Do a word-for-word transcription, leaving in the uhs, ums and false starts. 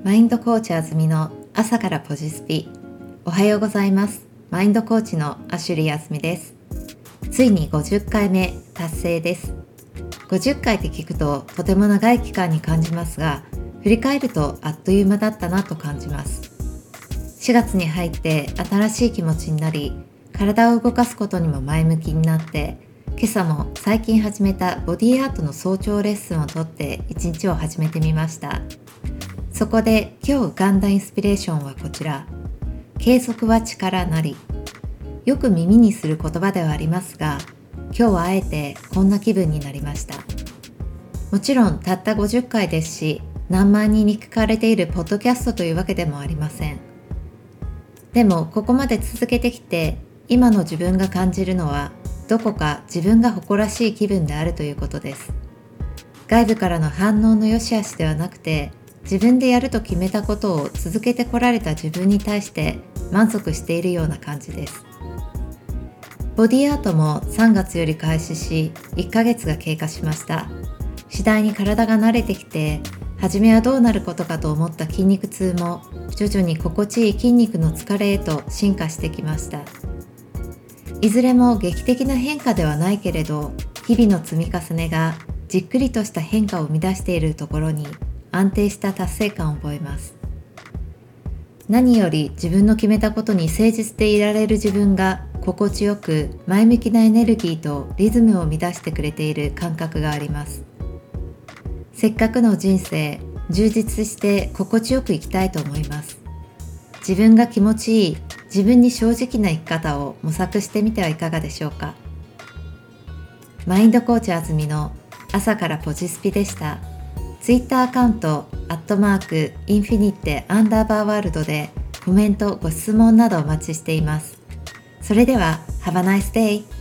マインドコーチあずみの朝からポジスピ。おはようございます。マインドコーチのアシュリーあずみです。ついにごじゅっかいめ達成です。ごじゅっかいって聞くととても長い期間に感じますが、振り返るとあっという間だったなと感じます。しがつに入って新しい気持ちになり、体を動かすことにも前向きになって、今朝も最近始めたボディアートの早朝レッスンをとって一日を始めてみました。そこで今日浮かんだインスピレーションはこちら。継続は力なり。よく耳にする言葉ではありますが、今日はあえてこんな気分になりました。もちろんたったごじゅっかいですし、何万人に聞かれているポッドキャストというわけでもありません。でもここまで続けてきて、今の自分が感じるのは、どこか自分が誇らしい気分であるということです。外部からの反応の良し悪しではなくて、自分でやると決めたことを続けてこられた自分に対して満足しているような感じです。ボディアートもさんがつより開始し、いっかげつが経過しました。次第に体が慣れてきて、初めはどうなることかと思った筋肉痛も徐々に心地いい筋肉の疲れへと進化してきました。いずれも劇的な変化ではないけれど、日々の積み重ねがじっくりとした変化を生み出しているところに安定した達成感を覚えます。何より自分の決めたことに誠実でいられる自分が心地よく前向きなエネルギーとリズムを生み出してくれている感覚があります。せっかくの人生、充実して心地よく生きたいと思います。自分が気持ちいい、自分に正直な生き方を模索してみてはいかがでしょうか。マインドコーチあずみの朝からポジスピでした。ツイッターアカウントアットマークインフィニッテアンダーバーワールドでコメントご質問などお待ちしています。それでは Have a nice day!